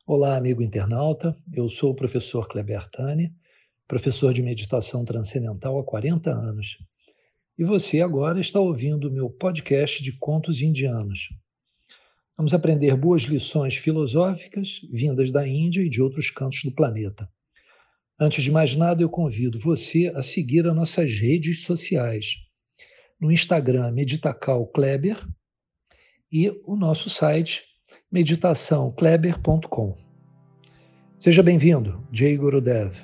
Olá, amigo internauta. Eu sou o professor Kleber Tani, professor de meditação transcendental há 40 anos. E você agora está ouvindo o meu podcast de contos indianos. Vamos aprender boas lições filosóficas vindas da Índia e de outros cantos do planeta. Antes de mais nada, eu convido você a seguir as nossas redes sociais. No Instagram, Meditacal Kleber, e o nosso site, meditaçãokleber.com. Seja bem-vindo, Jai Gurudev.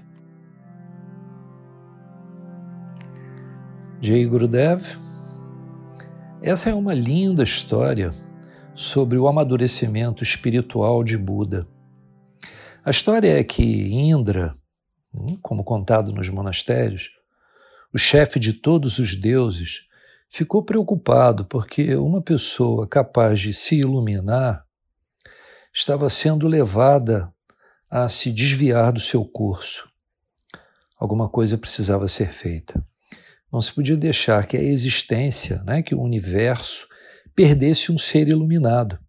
Jai Gurudev. Essa é uma linda história sobre o amadurecimento espiritual de Buda. A história é que Indra, como contado nos monastérios, o chefe de todos os deuses, ficou preocupado porque uma pessoa capaz de se iluminar estava sendo levada a se desviar do seu curso. Alguma coisa precisava ser feita. Não se podia deixar que a existência, que o universo, perdesse um ser iluminado.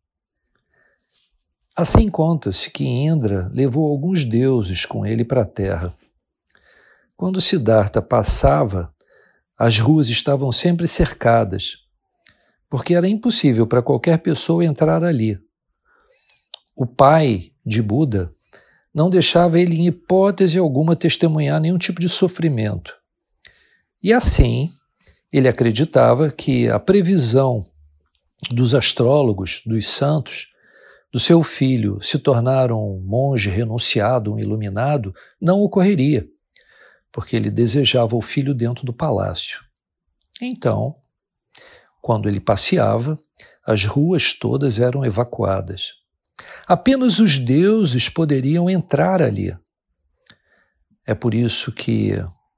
Assim conta-se que Indra levou alguns deuses com ele para a Terra. Quando Siddhartha passava, as ruas estavam sempre cercadas, porque era impossível para qualquer pessoa entrar ali. O pai de Buda não deixava ele em hipótese alguma testemunhar nenhum tipo de sofrimento. E assim, ele acreditava que a previsão dos astrólogos, dos santos, do seu filho se tornar um monge renunciado, um iluminado, não ocorreria, porque ele desejava o filho dentro do palácio. Então, quando ele passeava, as ruas todas eram evacuadas. Apenas os deuses poderiam entrar ali. É por isso que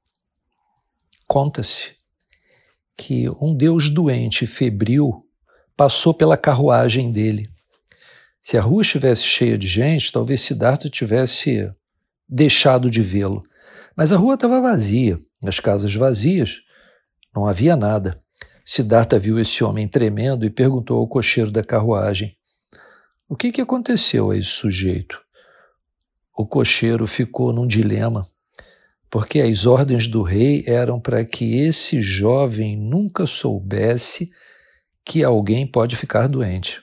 conta-se que um deus doente e febril passou pela carruagem dele. Se a rua estivesse cheia de gente, talvez Siddhartha tivesse deixado de vê-lo. Mas a rua estava vazia, as casas vazias, não havia nada. Siddhartha viu esse homem tremendo e perguntou ao cocheiro da carruagem: o que aconteceu a esse sujeito? O cocheiro ficou num dilema, porque as ordens do rei eram para que esse jovem nunca soubesse que alguém pode ficar doente.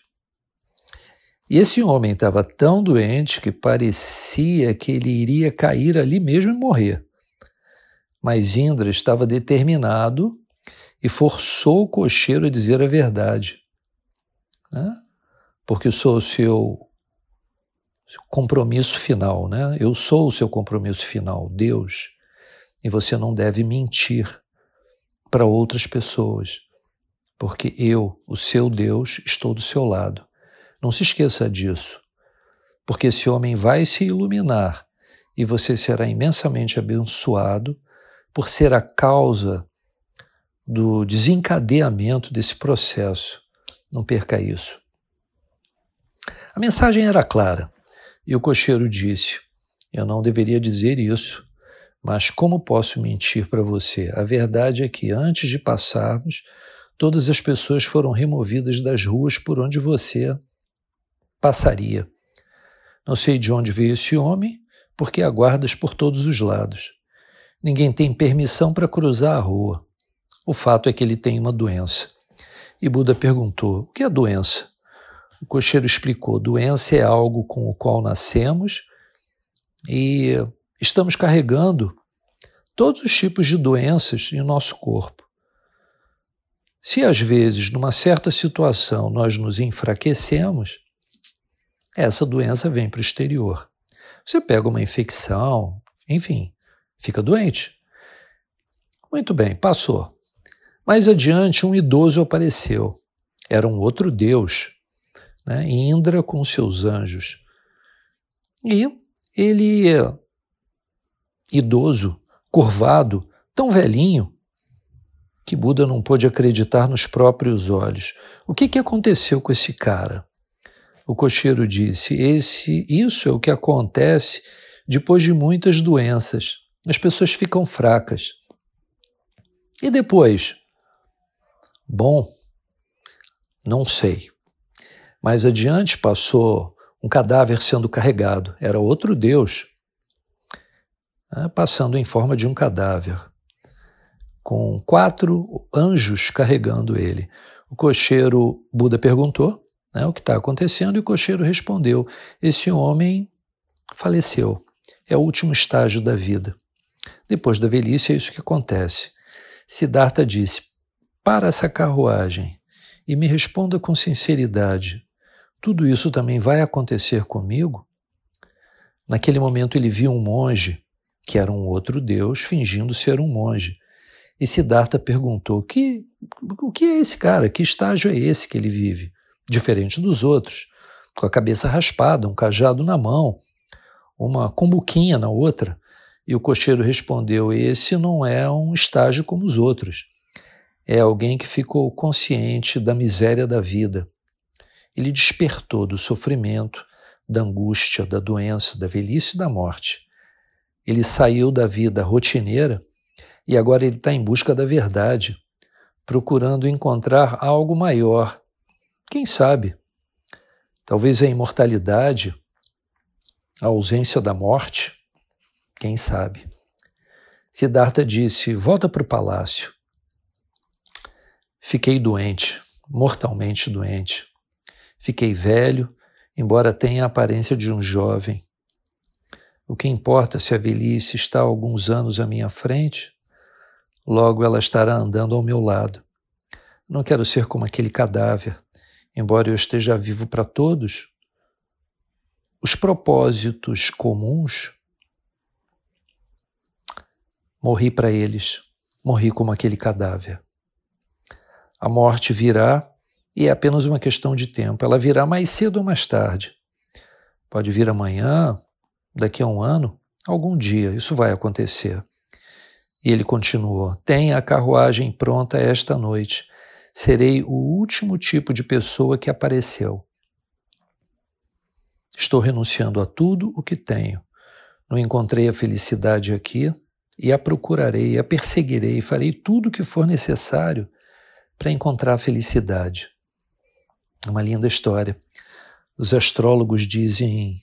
E esse homem estava tão doente que parecia que ele iria cair ali mesmo e morrer. Mas Indra estava determinado e forçou o cocheiro a dizer a verdade, porque sou o seu compromisso final, Eu sou o seu compromisso final, Deus, e você não deve mentir para outras pessoas, porque eu, o seu Deus, estou do seu lado. Não se esqueça disso, porque esse homem vai se iluminar e você será imensamente abençoado por ser a causa do desencadeamento desse processo. Não perca isso. A mensagem era clara e o cocheiro disse: eu não deveria dizer isso, mas como posso mentir para você? A verdade é que antes de passarmos, todas as pessoas foram removidas das ruas por onde você passaria. Não sei de onde veio esse homem, porque há guardas por todos os lados. Ninguém tem permissão para cruzar a rua. O fato é que ele tem uma doença. E Buda perguntou: o que é doença? O cocheiro explicou: doença é algo com o qual nascemos e estamos carregando todos os tipos de doenças em nosso corpo. Se às vezes, numa certa situação, nós nos enfraquecemos, essa doença vem para o exterior. Você pega uma infecção, enfim, fica doente. Muito bem, passou. Mais adiante, um idoso apareceu. Era um outro deus, Indra com seus anjos. E ele, idoso, curvado, tão velhinho, que Buda não pôde acreditar nos próprios olhos. O que aconteceu com esse cara? O cocheiro disse: isso é o que acontece depois de muitas doenças. As pessoas ficam fracas. E depois? Bom, não sei. Mais adiante passou um cadáver sendo carregado. Era outro Deus, passando em forma de um cadáver, com 4 anjos carregando ele. O cocheiro, Buda perguntou, o que está acontecendo, e o cocheiro respondeu: esse homem faleceu, é o último estágio da vida. Depois da velhice é isso que acontece. Siddhartha disse: para essa carruagem e me responda com sinceridade, tudo isso também vai acontecer comigo? Naquele momento ele viu um monge, que era um outro Deus, fingindo ser um monge. E Siddhartha perguntou: o que é esse cara? Que estágio é esse que ele vive? Diferente dos outros, com a cabeça raspada, um cajado na mão, uma cumbuquinha na outra. E o cocheiro respondeu: esse não é um estágio como os outros. É alguém que ficou consciente da miséria da vida. Ele despertou do sofrimento, da angústia, da doença, da velhice e da morte. Ele saiu da vida rotineira e agora ele está em busca da verdade, procurando encontrar algo maior. Quem sabe? Talvez a imortalidade, a ausência da morte. Quem sabe? Siddhartha disse: volta para o palácio. Fiquei doente, mortalmente doente. Fiquei velho, embora tenha a aparência de um jovem. O que importa se a velhice está há alguns anos à minha frente? Logo ela estará andando ao meu lado. Não quero ser como aquele cadáver, embora eu esteja vivo para todos. Os propósitos comuns, morri para eles, morri como aquele cadáver. A morte virá e é apenas uma questão de tempo. Ela virá mais cedo ou mais tarde. Pode vir amanhã, daqui a um ano, algum dia, isso vai acontecer. E ele continuou: tenha a carruagem pronta esta noite. Serei o último tipo de pessoa que apareceu. Estou renunciando a tudo o que tenho. Não encontrei a felicidade aqui e a procurarei, a perseguirei, farei tudo o que for necessário para encontrar a felicidade. É uma linda história. Os astrólogos dizem,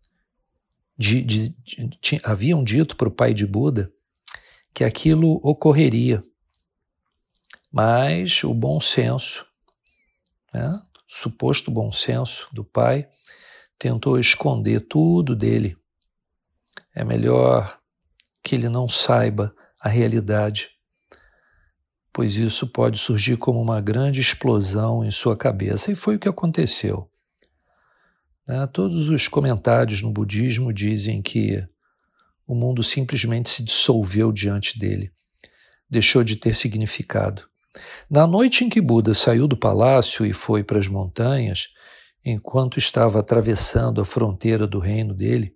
haviam dito para o pai de Buda que aquilo ocorreria, mas o bom senso, suposto bom senso do pai, tentou esconder tudo dele. É melhor que ele não saiba a realidade, pois isso pode surgir como uma grande explosão em sua cabeça, e foi o que aconteceu. Todos os comentários no budismo dizem que o mundo simplesmente se dissolveu diante dele, deixou de ter significado. Na noite em que Buda saiu do palácio e foi para as montanhas, enquanto estava atravessando a fronteira do reino dele,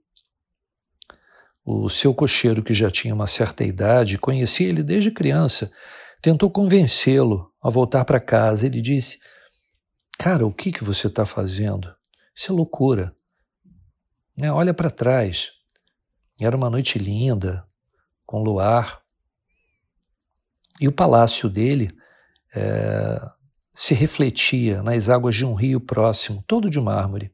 o seu cocheiro, que já tinha uma certa idade, conhecia ele desde criança, tentou convencê-lo a voltar para casa. Ele disse: cara, o que você está fazendo? Isso é loucura. Olha para trás. Era uma noite linda, com luar. E o palácio dele se refletia nas águas de um rio próximo, todo de mármore.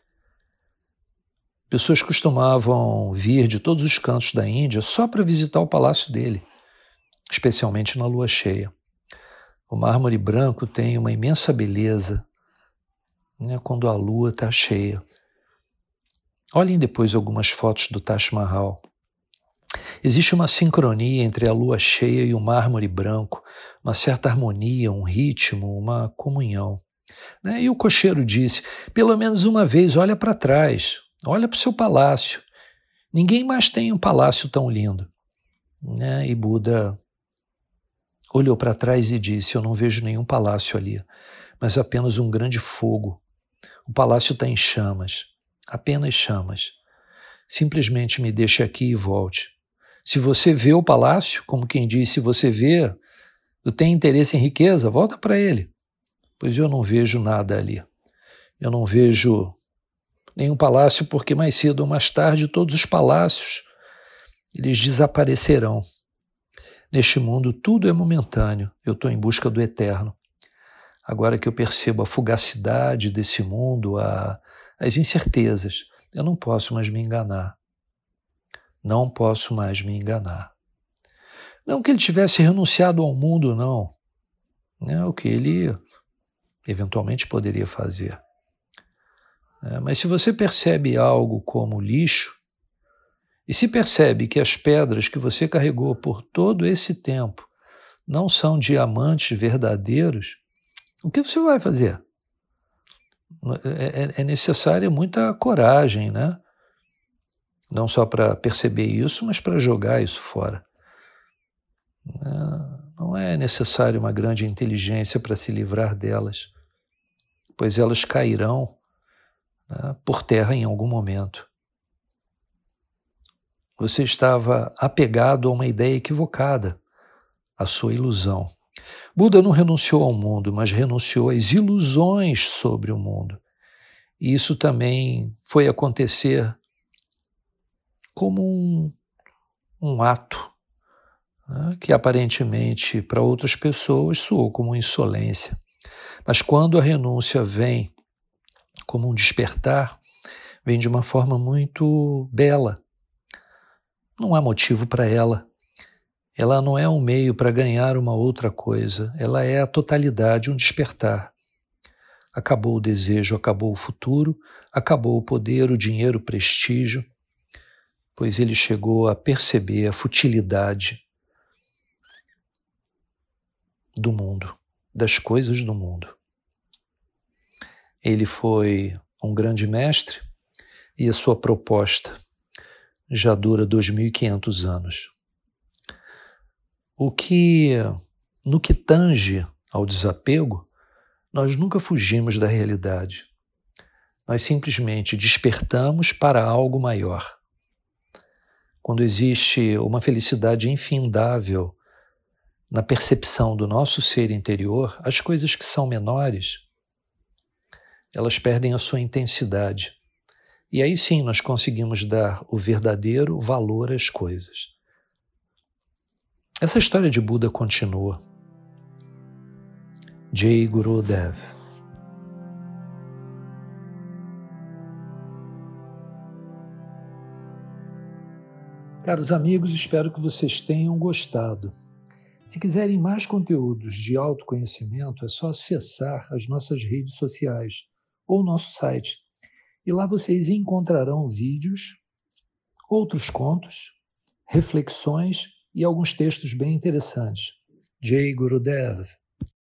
Pessoas costumavam vir de todos os cantos da Índia só para visitar o palácio dele, especialmente na lua cheia. O mármore branco tem uma imensa beleza, quando a lua está cheia. Olhem depois algumas fotos do Taj Mahal. Existe uma sincronia entre a lua cheia e o mármore branco, uma certa harmonia, um ritmo, uma comunhão. E o cocheiro disse: pelo menos uma vez olha para trás, olha para o seu palácio. Ninguém mais tem um palácio tão lindo. E Buda olhou para trás e disse: eu não vejo nenhum palácio ali, mas apenas um grande fogo. O palácio está em chamas, apenas chamas. Simplesmente me deixe aqui e volte. Se você vê o palácio, como quem diz, se você vê, tem interesse em riqueza, volta para ele. Pois eu não vejo nada ali. Eu não vejo nenhum palácio, porque mais cedo ou mais tarde todos os palácios, eles desaparecerão. Neste mundo tudo é momentâneo, eu estou em busca do eterno. Agora que eu percebo a fugacidade desse mundo, a as incertezas. Eu não posso mais me enganar. Não posso mais me enganar. Não que ele tivesse renunciado ao mundo, não. É o que ele eventualmente poderia fazer. Mas se você percebe algo como lixo, e se percebe que as pedras que você carregou por todo esse tempo não são diamantes verdadeiros, o que você vai fazer? É necessária muita coragem, né? Não só para perceber isso, mas para jogar isso fora. Não é necessário uma grande inteligência para se livrar delas, pois elas cairão, né, por terra em algum momento. Você estava apegado a uma ideia equivocada, a sua ilusão. Buda não renunciou ao mundo, mas renunciou às ilusões sobre o mundo. E isso também foi acontecer como um ato, né, que aparentemente para outras pessoas soou como insolência. Mas quando a renúncia vem como um despertar, vem de uma forma muito bela. Não há motivo para ela. Ela não é um meio para ganhar uma outra coisa. Ela é a totalidade, um despertar. Acabou o desejo, acabou o futuro, acabou o poder, o dinheiro, o prestígio, pois ele chegou a perceber a futilidade do mundo, das coisas do mundo. Ele foi um grande mestre e a sua proposta já dura 2.500 anos. No que tange ao desapego, nós nunca fugimos da realidade. Nós simplesmente despertamos para algo maior. Quando existe uma felicidade infindável na percepção do nosso ser interior, as coisas que são menores, elas perdem a sua intensidade. E aí sim nós conseguimos dar o verdadeiro valor às coisas. Essa história de Buda continua. Jai Gurudev. Caros amigos, espero que vocês tenham gostado. Se quiserem mais conteúdos de autoconhecimento, é só acessar as nossas redes sociais ou nosso site. E lá vocês encontrarão vídeos, outros contos, reflexões e alguns textos bem interessantes. Jai Gurudev.